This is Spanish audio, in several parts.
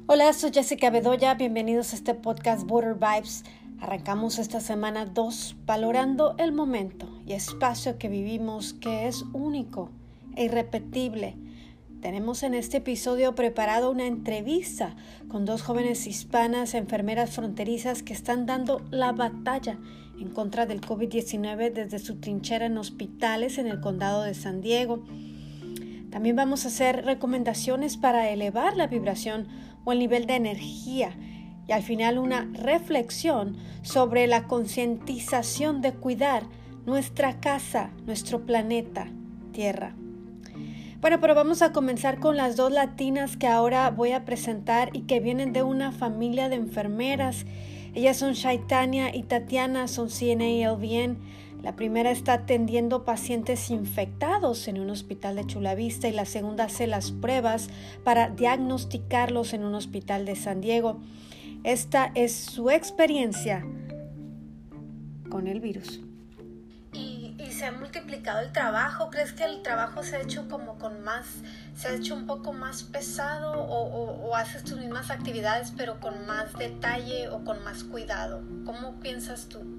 Hola, soy Jessica Bedoya, bienvenidos a este podcast Border Vibes. Arrancamos esta semana 2 valorando el momento y espacio que vivimos, que es único e irrepetible. Tenemos en este episodio preparado una entrevista con 2 jóvenes hispanas, enfermeras fronterizas que están dando la batalla en contra del COVID-19 desde su trinchera en hospitales en el condado de San Diego. También vamos a hacer recomendaciones para elevar la vibración o el nivel de energía y al final una reflexión sobre la concientización de cuidar nuestra casa, nuestro planeta, Tierra. Bueno, pero vamos a comenzar con las 2 latinas que ahora voy a presentar y que vienen de una familia de enfermeras. Ellas son Shaitania y Tatiana, son CNA y LVN. La primera está atendiendo pacientes infectados en un hospital de Chula Vista y la segunda hace las pruebas para diagnosticarlos en un hospital de San Diego. Esta es su experiencia con el virus. ¿Y se ha multiplicado el trabajo? ¿Crees que el trabajo se ha hecho se ha hecho un poco más pesado o haces tus mismas actividades pero con más detalle o con más cuidado? ¿Cómo piensas tú?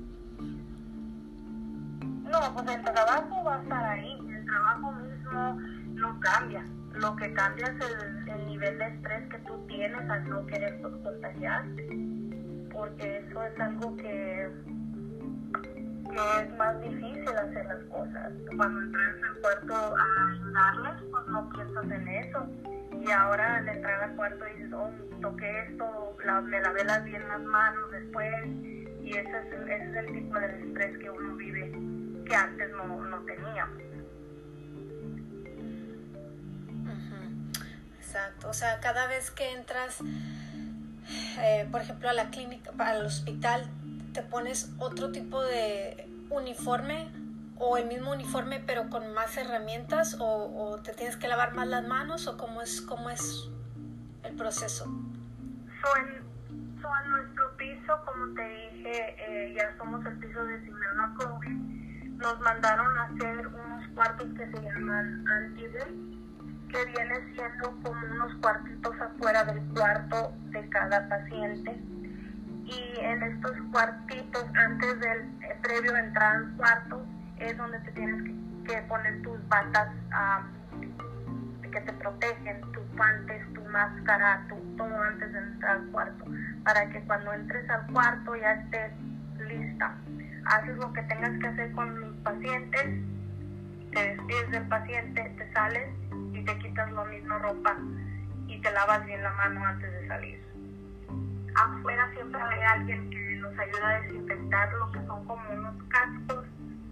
No, pues el trabajo va a estar ahí, el trabajo mismo no cambia. Lo que cambia es el nivel de estrés que tú tienes al no querer contagiarte, porque eso es algo que es más difícil hacer las cosas. Cuando entras al cuarto a ayudarles, pues no piensas en eso. Y ahora al entrar al cuarto dices, toqué esto, me lavé bien las manos después, y ese es el tipo de estrés que uno vive, que antes no teníamos. Exacto, o sea, cada vez que entras, por ejemplo, a la clínica, al hospital, te pones otro tipo de uniforme o el mismo uniforme pero con más herramientas o te tienes que lavar más las manos o cómo es el proceso. En nuestro piso, como te dije, ya somos el piso designado a COVID. Nos mandaron a hacer unos cuartos que se llaman antivirus, que viene siendo como unos cuartitos afuera del cuarto de cada paciente. Y en estos cuartitos, antes previo a entrar al cuarto, es donde te tienes que poner tus batas que te protegen, tus guantes, tu máscara, todo antes de entrar al cuarto, para que cuando entres al cuarto ya estés lista. Haces lo que tengas que hacer con los pacientes, te despides del paciente, te sales y te quitas la misma ropa y te lavas bien la mano antes de salir. Afuera siempre hay alguien que nos ayuda a desinfectar lo que son como unos cascos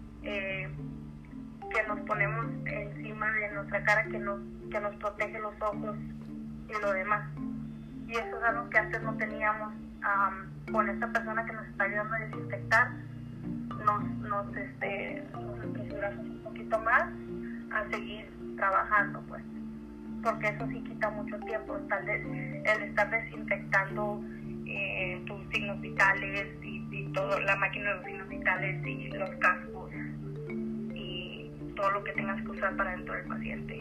que nos ponemos encima de nuestra cara que nos protege los ojos y lo demás. Y eso es algo que antes no teníamos. Con esta persona que nos está ayudando a desinfectar, nos apresuramos un poquito más a seguir trabajando, pues, porque eso sí quita mucho tiempo, el estar desinfectando tus signos vitales y todo, la máquina de los signos vitales y los cascos y todo lo que tengas que usar para dentro del paciente.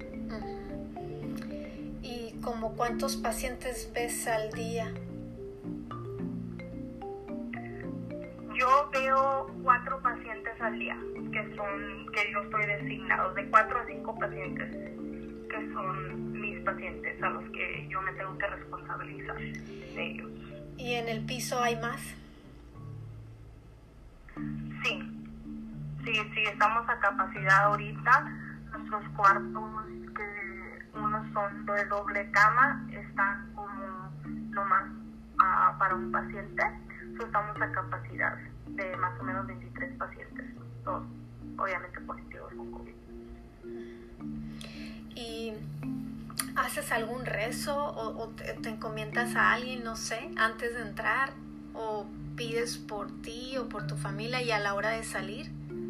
¿Y como cuántos pacientes ves al día? Yo veo 4 pacientes al día que yo estoy designado, de 4 a 5 pacientes que son mis pacientes a los que yo me tengo que responsabilizar de ellos. ¿Y en el piso hay más? Sí, estamos a capacidad ahorita. Nuestros cuartos, que unos son de doble cama, están como nomás para un paciente. Estamos a capacidad de más o menos 23 pacientes, todos obviamente positivos con COVID. ¿Y haces algún rezo o te encomiendas a alguien, no sé, antes de entrar? ¿O pides por ti o por tu familia y a la hora de salir?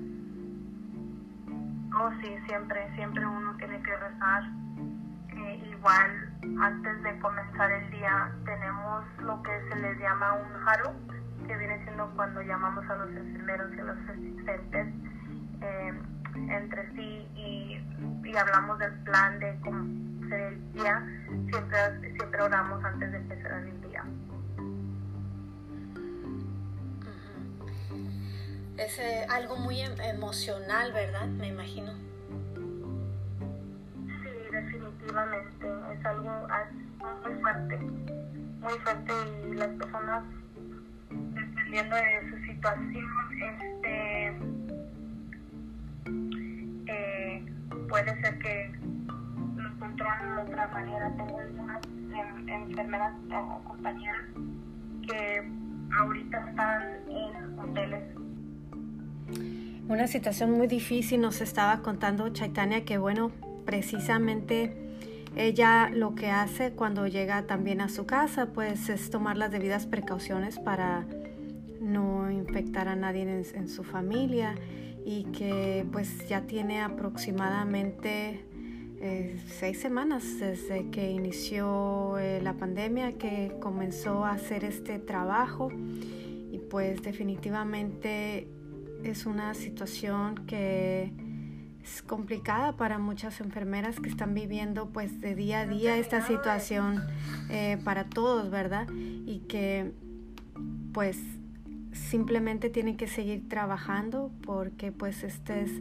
Sí, siempre uno tiene que rezar. Igual, antes de comenzar el día, tenemos lo que se les llama un haru, que viene siendo cuando llamamos a los enfermeros y a los asistentes entre sí y hablamos del plan de cómo hacer el día. Siempre siempre oramos antes de empezar el día. Es algo muy emocional, ¿verdad? Me imagino. Sí, definitivamente. Es algo muy fuerte y las personas, dependiendo de su situación, puede ser que lo controlen de otra manera. Tengo algunas enfermeras o compañeras que ahorita están en hoteles. Una situación muy difícil. Nos estaba contando Chaitanya que, bueno, precisamente ella lo que hace cuando llega también a su casa, pues es tomar las debidas precauciones para no infectar a nadie en su familia, y que pues ya tiene aproximadamente 6 semanas desde que inició la pandemia que comenzó a hacer este trabajo, y pues definitivamente es una situación que es complicada para muchas enfermeras que están viviendo pues de día a día esta situación para todos, ¿verdad? Y que pues simplemente tienen que seguir trabajando porque pues esta es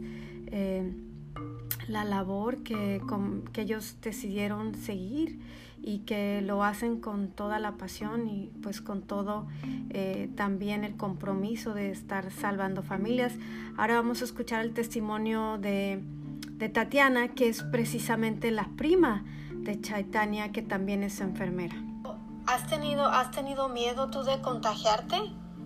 la labor que ellos decidieron seguir, y que lo hacen con toda la pasión y pues con todo también el compromiso de estar salvando familias. Ahora vamos a escuchar el testimonio de Tatiana, que es precisamente la prima de Chaitanya, que también es enfermera. ¿Has tenido miedo tú de contagiarte?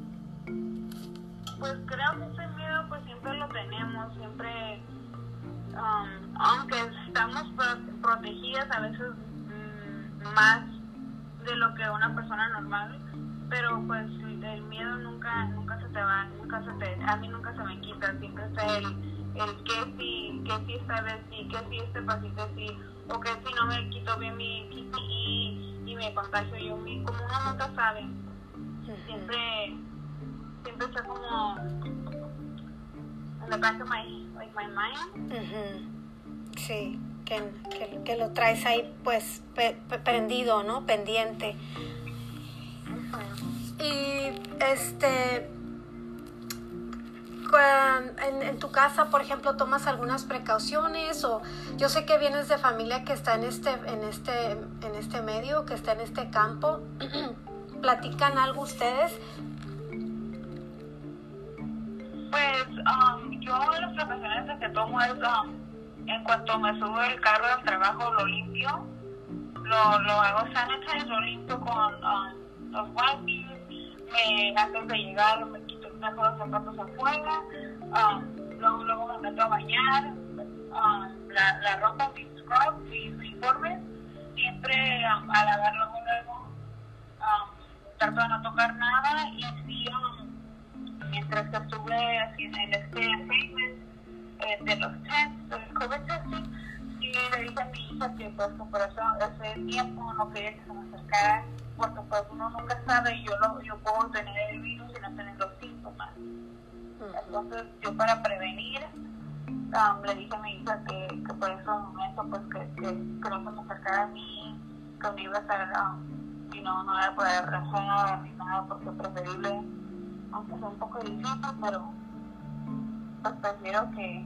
Pues creo que ese miedo pues siempre lo tenemos, siempre, aunque estamos protegidas a veces más de lo que una persona normal, pero pues el miedo nunca se te va, a mí nunca se me quita, siempre está el que si esta vez sí, que si este paciente sí, o que si no me quito bien mi PPE y me contagio yo, como uno nunca sabe, siempre está como en the back of my mind. Sí, que lo traes ahí pues prendido, ¿no? Pendiente. Y en tu casa, por ejemplo, tomas algunas precauciones, o yo sé que vienes de familia que está en este medio, que está en este campo. ¿Platican algo ustedes? Pues yo las precauciones que tomo es en cuanto me subo el carro del trabajo lo limpio, lo hago sanitize, lo limpio con los wipes, antes de llegar me quito los zapatos afuera, luego me meto a bañar, la ropa, mi scrub, mi uniforme, siempre a lavarlo luego, trato de no tocar nada, y sí, mientras que estuve haciendo el statement de los tests, del COVID testing, sí le dije a mi hija que pues por eso ese tiempo no quería que se me acercara, porque pues uno nunca sabe, y yo puedo tener el virus y no tener los síntomas. Entonces yo, para prevenir, le dije a mi hija que por ese momento pues que no se me acercara a mí, que me iba a estar y no iba a poder abrazar ni nada, porque es preferible, aunque sea un poco difícil, pero pues prefiero que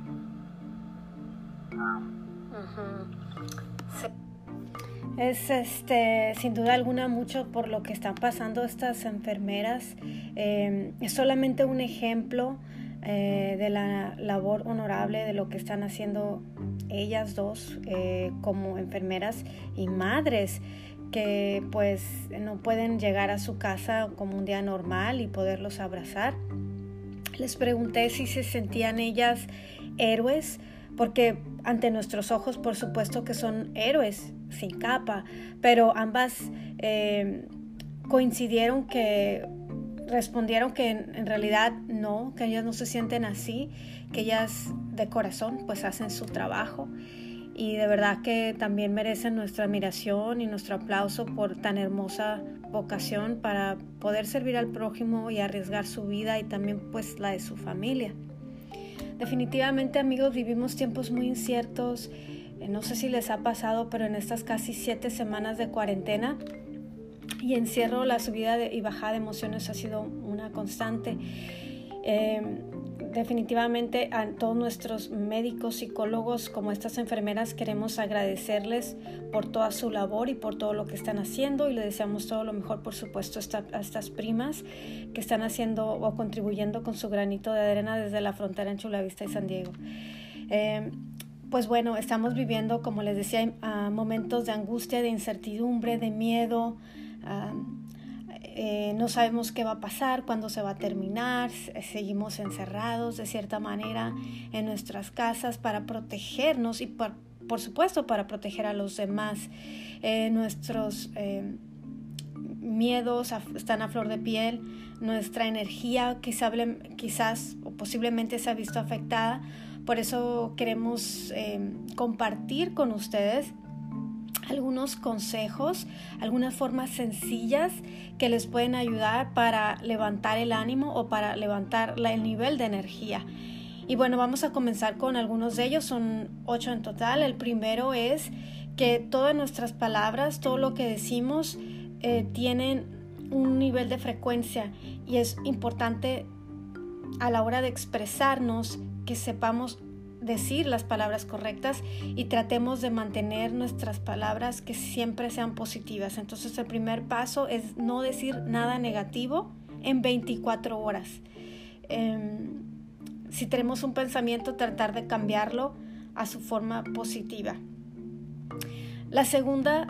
sí. Es sin duda alguna mucho por lo que están pasando estas enfermeras. Es solamente un ejemplo de la labor honorable de lo que están haciendo ellas dos como enfermeras y madres, que pues no pueden llegar a su casa como un día normal y poderlos abrazar. Les pregunté si se sentían ellas héroes, porque ante nuestros ojos por supuesto que son héroes sin capa, pero ambas respondieron que en realidad no, que ellas no se sienten así, que ellas de corazón pues hacen su trabajo, y de verdad que también merecen nuestra admiración y nuestro aplauso por tan hermosa vocación para poder servir al prójimo y arriesgar su vida y también pues la de su familia. Definitivamente, amigos, vivimos tiempos muy inciertos. No sé si les ha pasado, pero en estas casi 7 semanas de cuarentena y encierro, la subida y bajada de emociones ha sido una constante. Definitivamente a todos nuestros médicos, psicólogos, como estas enfermeras, queremos agradecerles por toda su labor y por todo lo que están haciendo, y les deseamos todo lo mejor, por supuesto, a estas primas que están haciendo o contribuyendo con su granito de arena desde la frontera en Chula Vista y San Diego. Pues bueno, estamos viviendo, como les decía, momentos de angustia, de incertidumbre, de miedo. No sabemos qué va a pasar, cuándo se va a terminar. Seguimos encerrados de cierta manera en nuestras casas para protegernos y por supuesto para proteger a los demás. Nuestros miedos están a flor de piel. Nuestra energía quizás o posiblemente se ha visto afectada. Por eso queremos compartir con ustedes algunos consejos, algunas formas sencillas que les pueden ayudar para levantar el ánimo o para levantar el nivel de energía. Y bueno, vamos a comenzar con algunos de ellos, son 8 en total. El primero es que todas nuestras palabras, todo lo que decimos, tienen un nivel de frecuencia, y es importante a la hora de expresarnos que sepamos decir las palabras correctas y tratemos de mantener nuestras palabras que siempre sean positivas. Entonces el primer paso es no decir nada negativo en 24 horas. Si tenemos un pensamiento, tratar de cambiarlo a su forma positiva. La segunda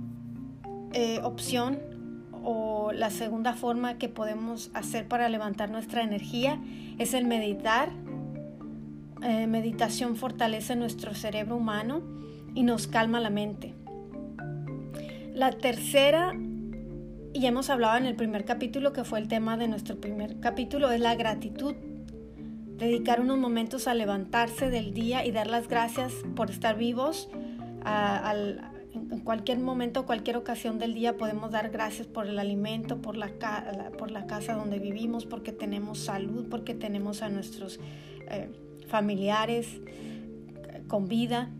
opción o la segunda forma que podemos hacer para levantar nuestra energía es el meditar. Meditación fortalece nuestro cerebro humano y nos calma la mente. La tercera, y hemos hablado en el primer capítulo, que fue el tema de nuestro primer capítulo, es la gratitud. Dedicar unos momentos a levantarse del día y dar las gracias por estar vivos. En cualquier momento, cualquier ocasión del día podemos dar gracias por el alimento, por la casa donde vivimos, porque tenemos salud, porque tenemos a nuestros familiares con vida.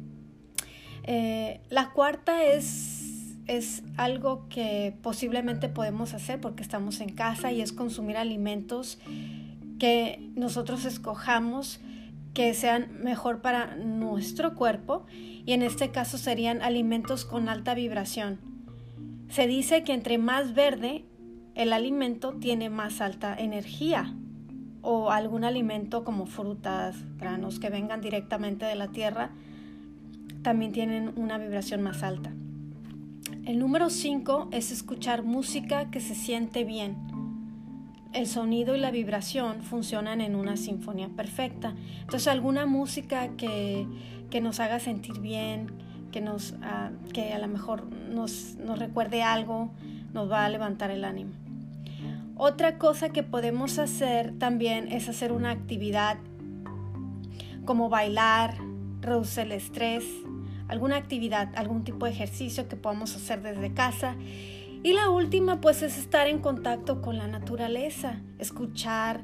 La cuarta es algo que posiblemente podemos hacer porque estamos en casa, y es consumir alimentos que nosotros escojamos que sean mejor para nuestro cuerpo, y en este caso serían alimentos con alta vibración. Se dice que entre más verde el alimento tiene más alta energía, o algún alimento como frutas, granos que vengan directamente de la tierra también tienen una vibración más alta. El número 5 es escuchar música que se siente bien. El sonido y la vibración funcionan en una sinfonía perfecta. Entonces, alguna música que nos haga sentir bien, que a lo mejor nos recuerde algo, nos va a levantar el ánimo. Otra cosa que podemos hacer también es hacer una actividad como bailar, reducir el estrés, alguna actividad, algún tipo de ejercicio que podamos hacer desde casa. Y la última pues es estar en contacto con la naturaleza, escuchar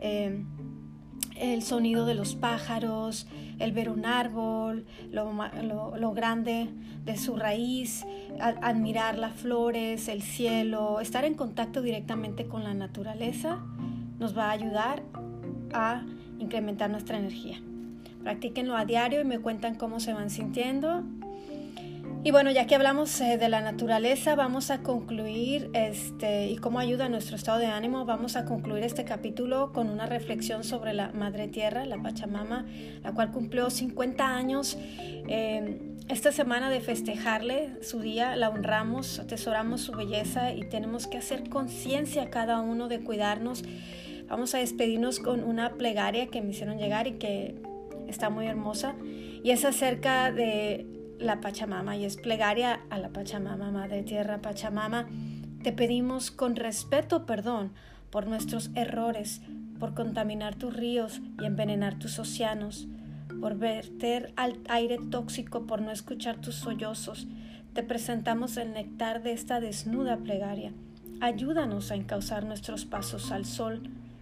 el sonido de los pájaros, el ver un árbol, lo grande de su raíz, admirar las flores, el cielo. Estar en contacto directamente con la naturaleza nos va a ayudar a incrementar nuestra energía. Practíquenlo a diario y me cuentan cómo se van sintiendo. Y bueno, ya que hablamos de la naturaleza, vamos a concluir y cómo ayuda a nuestro estado de ánimo. Vamos a concluir este capítulo con una reflexión sobre la Madre Tierra, la Pachamama, la cual cumplió 50 años. Esta semana de festejarle su día, la honramos, atesoramos su belleza y tenemos que hacer conciencia cada uno de cuidarnos. Vamos a despedirnos con una plegaria que me hicieron llegar y que está muy hermosa, y es acerca de la Pachamama, y es plegaria a la Pachamama. Madre Tierra, Pachamama, te pedimos con respeto perdón por nuestros errores, por contaminar tus ríos y envenenar tus océanos, por verter al aire tóxico, por no escuchar tus sollozos. Te presentamos el néctar de esta desnuda plegaria. Ayúdanos a encauzar nuestros pasos al sol.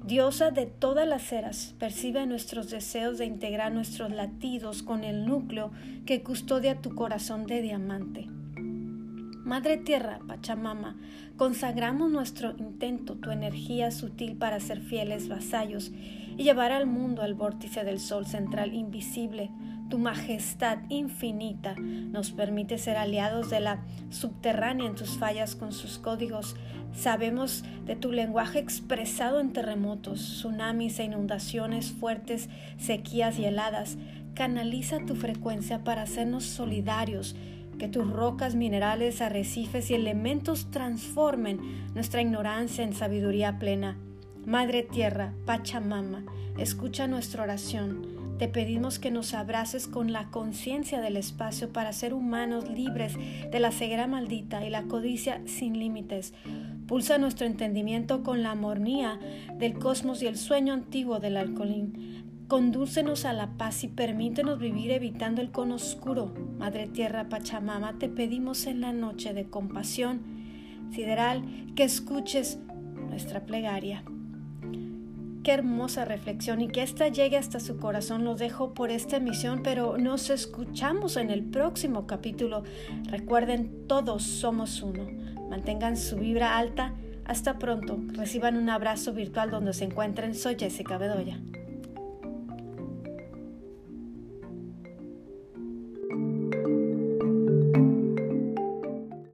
Diosa de todas las eras, percibe nuestros deseos de integrar nuestros latidos con el núcleo que custodia tu corazón de diamante. Madre Tierra, Pachamama, consagramos nuestro intento, tu energía sutil para ser fieles vasallos y llevar al mundo al vórtice del sol central invisible. Tu majestad infinita nos permite ser aliados de la subterránea en tus fallas con sus códigos. Sabemos de tu lenguaje expresado en terremotos, tsunamis e inundaciones fuertes, sequías y heladas. Canaliza tu frecuencia para hacernos solidarios, que tus rocas, minerales, arrecifes y elementos transformen nuestra ignorancia en sabiduría plena. Madre Tierra, Pachamama, escucha nuestra oración. Te pedimos que nos abraces con la conciencia del espacio para ser humanos libres de la ceguera maldita y la codicia sin límites. Pulsa nuestro entendimiento con la armonía del cosmos y el sueño antiguo del alcolín. Condúcenos a la paz y permítenos vivir evitando el cono oscuro. Madre Tierra, Pachamama, te pedimos en la noche de compasión sideral que escuches nuestra plegaria. Qué hermosa reflexión, y que esta llegue hasta su corazón. Los dejo por esta emisión, pero nos escuchamos en el próximo capítulo. Recuerden, todos somos uno. Mantengan su vibra alta. Hasta pronto. Reciban un abrazo virtual donde se encuentren. Soy Jessica Bedoya.